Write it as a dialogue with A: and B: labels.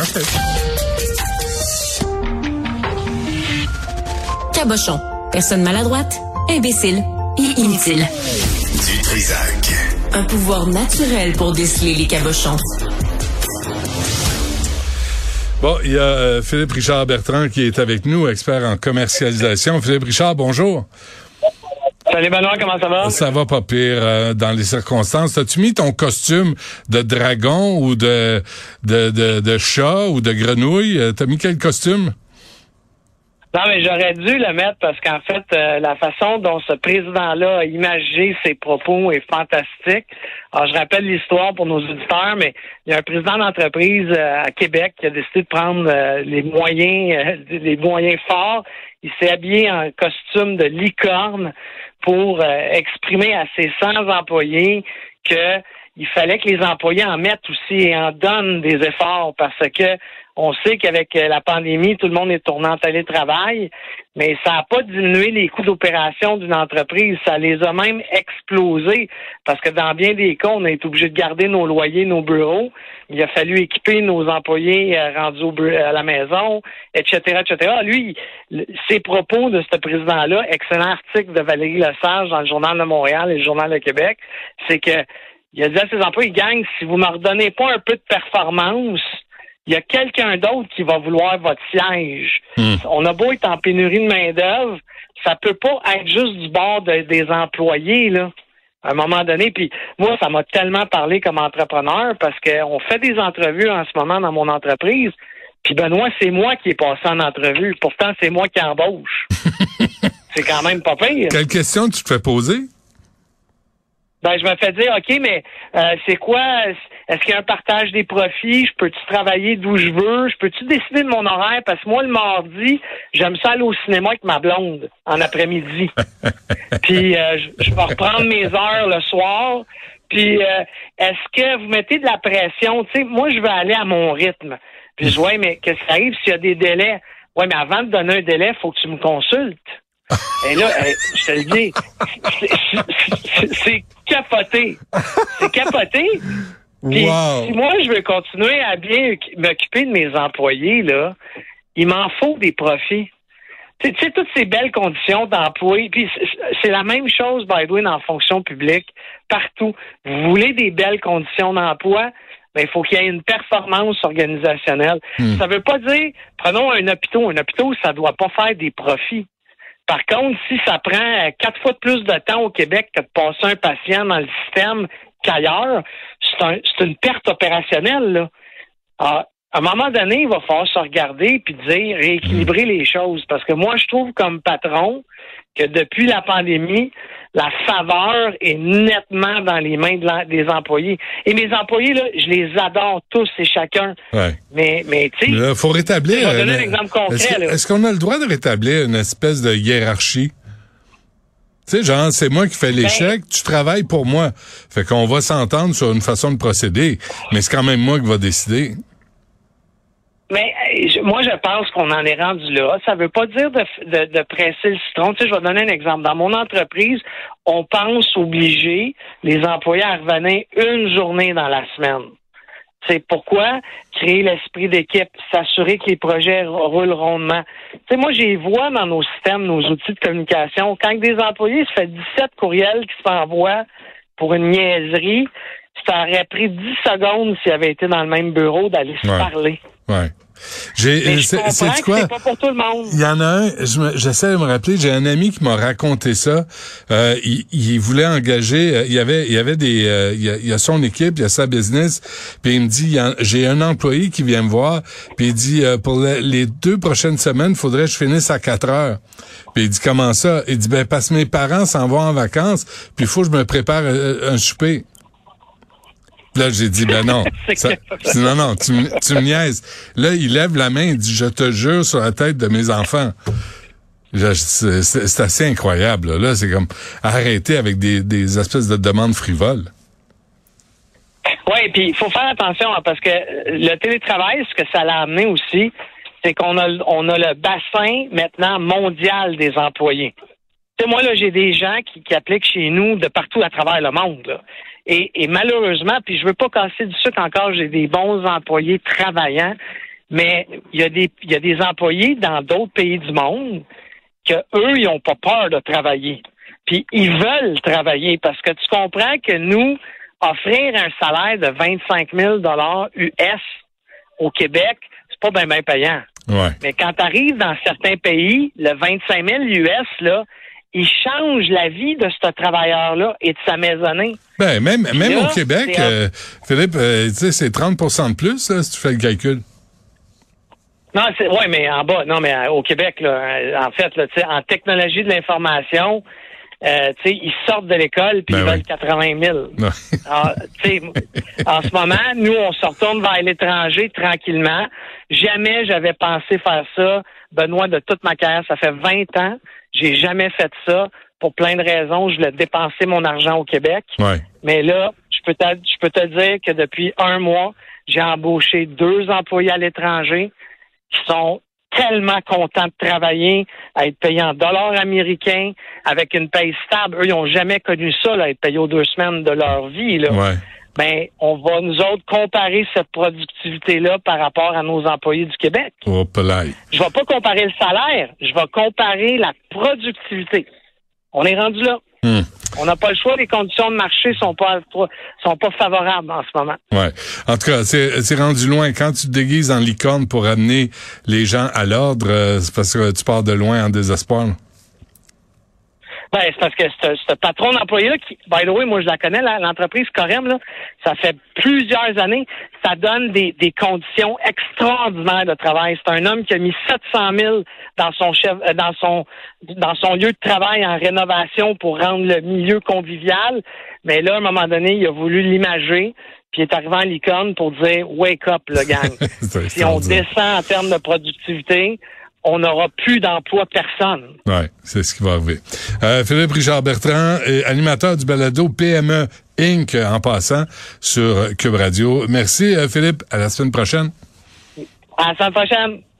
A: Parfait.
B: Cabochon. Personne maladroite, imbécile et inutile.
C: Du Trisac.
B: Un pouvoir naturel pour déceler les cabochons.
A: Bon, il y a Philippe Richard Bertrand qui est avec nous, expert en commercialisation. Philippe Richard, bonjour.
D: Salut Benoît, comment ça va?
A: Ça va pas pire dans les circonstances. As-tu mis ton costume de dragon ou de chat ou de grenouille? T'as mis quel costume?
D: Non, mais j'aurais dû le mettre parce qu'en fait, la façon dont ce président-là a imagé ses propos est fantastique. Alors, je rappelle l'histoire pour nos auditeurs, mais il y a un président d'entreprise à Québec qui a décidé de prendre les moyens forts. Il s'est habillé en costume de licorne pour exprimer à ses 100 employés que il fallait que les employés en mettent aussi et en donnent des efforts parce que on sait qu'avec la pandémie, tout le monde est tourné en télétravail, mais ça n'a pas diminué les coûts d'opération d'une entreprise. Ça les a même explosés parce que dans bien des cas, on a été obligé de garder nos loyers, nos bureaux. Il a fallu équiper nos employés rendus à la maison, etc., etc. Lui, ses propos de ce président-là, excellent article de Valérie Lesage dans le Journal de Montréal et le Journal de Québec, c'est que il a dit à ses employés, gang, si vous ne me redonnez pas un peu de performance, il y a quelqu'un d'autre qui va vouloir votre siège. On a beau être en pénurie de main-d'œuvre, ça peut pas être juste du bord des employés, là, à un moment donné. Puis moi, ça m'a tellement parlé comme entrepreneur parce qu'on fait des entrevues en ce moment dans mon entreprise. Puis Benoît, c'est moi qui ai passé en entrevue. Pourtant, c'est moi qui embauche. C'est quand même pas pire.
A: Quelle question tu te fais poser?
D: Ben, je me fais dire, OK, mais c'est quoi? Est-ce qu'il y a un partage des profits? Je peux-tu travailler d'où je veux? Je peux-tu décider de mon horaire? Parce que moi, le mardi, j'aime ça aller au cinéma avec ma blonde en après-midi. Puis, je vais reprendre mes heures le soir. Puis, est-ce que vous mettez de la pression? Tu sais, moi, je veux aller à mon rythme. Puis, je dis, ouais, mais qu'est-ce qui arrive s'il y a des délais? Ouais, mais avant de donner un délai, il faut que tu me consultes. Et là, je te le dis, c'est capoté. C'est capoté. Puis, si moi, je veux continuer à bien m'occuper de mes employés, là, il m'en faut des profits. Tu sais, toutes ces belles conditions d'emploi, puis c'est la même chose, by the way, dans la fonction publique, partout. Vous voulez des belles conditions d'emploi, ben, il faut qu'il y ait une performance organisationnelle. Ça veut pas dire, prenons un hôpital. Un hôpital, ça doit pas faire des profits. Par contre, si ça prend 4 fois de plus de temps au Québec que de passer un patient dans le système qu'ailleurs, c'est une perte opérationnelle, là. Alors, à un moment donné, il va falloir se regarder puis dire, rééquilibrer les choses. Parce que moi, je trouve comme patron que depuis la pandémie, la faveur est nettement dans les mains des employés. Et mes employés, là, je les adore tous et chacun.
A: Ouais.
D: Mais tu sais...
A: Il faut rétablir...
D: Je vais donner un exemple concret.
A: Est-ce qu'on a le droit de rétablir une espèce de hiérarchie? Tu sais, genre, c'est moi qui fais l'échec, tu travailles pour moi. Fait qu'on va s'entendre sur une façon de procéder, mais c'est quand même moi qui va décider.
D: Mais moi, je pense qu'on en est rendu là. Ça veut pas dire de presser le citron. Tu sais, je vais donner un exemple. Dans mon entreprise, on pense obliger les employés à revenir une journée dans la semaine. C'est pourquoi créer l'esprit d'équipe, s'assurer que les projets roulent rondement. Tu sais, moi, j'ai vois dans nos systèmes, nos outils de communication, quand des employés se fait 17 courriels qui s'envoient pour une niaiserie, ça aurait pris 10 secondes s'ils avaient été dans le même bureau d'aller se parler.
A: Ouais.
D: C'est quoi? C'est pas pour tout le monde.
A: Il y en a un, j'essaie de me rappeler, j'ai un ami qui m'a raconté ça. Il voulait engager, il y a son équipe, il y a sa business, puis il me dit, j'ai un employé qui vient me voir, puis il dit, pour les 2 prochaines semaines, il faudrait que je finisse à 4 heures. Puis il dit, comment ça? Il dit, ben, parce que mes parents s'en vont en vacances, puis il faut que je me prépare un souper. Là, j'ai dit, ben non. Non, tu me niaises. Là, il lève la main, il dit, je te jure sur la tête de mes enfants. C'est assez incroyable. Là, c'est comme arrêter avec des espèces de demandes frivoles.
D: Oui, puis il faut faire attention, hein, parce que le télétravail, ce que ça l'a amené aussi, c'est qu'on a le bassin maintenant mondial des employés. Tu sais, moi, là, j'ai des gens qui appliquent chez nous de partout à travers le monde, là. Et malheureusement, puis je veux pas casser du sucre encore, j'ai des bons employés travaillants, Mais il y a des employés dans d'autres pays du monde que eux, ils ont pas peur de travailler. Puis ils veulent travailler parce que tu comprends que nous, offrir un salaire de 25 000 US au Québec, c'est pas bien payant.
A: Ouais. Mais
D: quand tu arrives dans certains pays, le 25 000 US, là, il change la vie de ce travailleur-là et de sa maisonnée.
A: Ben, même
D: là,
A: au Québec, Philippe, tu sais, c'est 30 de plus, là, si tu fais le calcul.
D: Non, mais en bas, non, mais au Québec, là, en fait, là, tu sais, en technologie de l'information, tu sais, ils sortent de l'école puis ils veulent 80 000. Alors, tu sais, en ce moment, nous, on se retourne vers l'étranger tranquillement. Jamais j'avais pensé faire ça. Benoît, de toute ma carrière, ça fait 20 ans. J'ai jamais fait ça pour plein de raisons. Je voulais dépenser mon argent au Québec.
A: Ouais.
D: Mais là, je peux te dire que depuis 1 mois, j'ai embauché 2 employés à l'étranger qui sont tellement contents de travailler, à être payés en dollars américains, avec une paye stable. Eux, ils n'ont jamais connu ça, là, être payés aux 2 semaines de leur vie. Là.
A: Ouais.
D: Ben, on va, nous autres, comparer cette productivité-là par rapport à nos employés du Québec.
A: Oh, polite.
D: Je vais pas comparer le salaire, je vais comparer la productivité. On est rendu là. On n'a pas le choix, les conditions de marché sont pas favorables en ce moment.
A: Ouais. En tout cas, c'est rendu loin. Quand tu te déguises en licorne pour amener les gens à l'ordre, c'est parce que tu pars de loin en désespoir. Là.
D: Ben, c'est parce que ce patron d'employé-là, qui, by the way, moi je la connais, l'entreprise Corem, là, ça fait plusieurs années, ça donne des conditions extraordinaires de travail. C'est un homme qui a mis 700 000 dans son lieu de travail en rénovation pour rendre le milieu convivial. Mais là, à un moment donné, il a voulu l'imager, puis il est arrivé en licorne pour dire « Wake up, le gang ». Si on descend en termes de productivité, on n'aura plus d'emploi personne.
A: Oui, c'est ce qui va arriver. Philippe Richard-Bertrand, animateur du balado PME Inc. en passant sur Cube Radio. Merci Philippe, à la semaine prochaine.
D: À la semaine prochaine.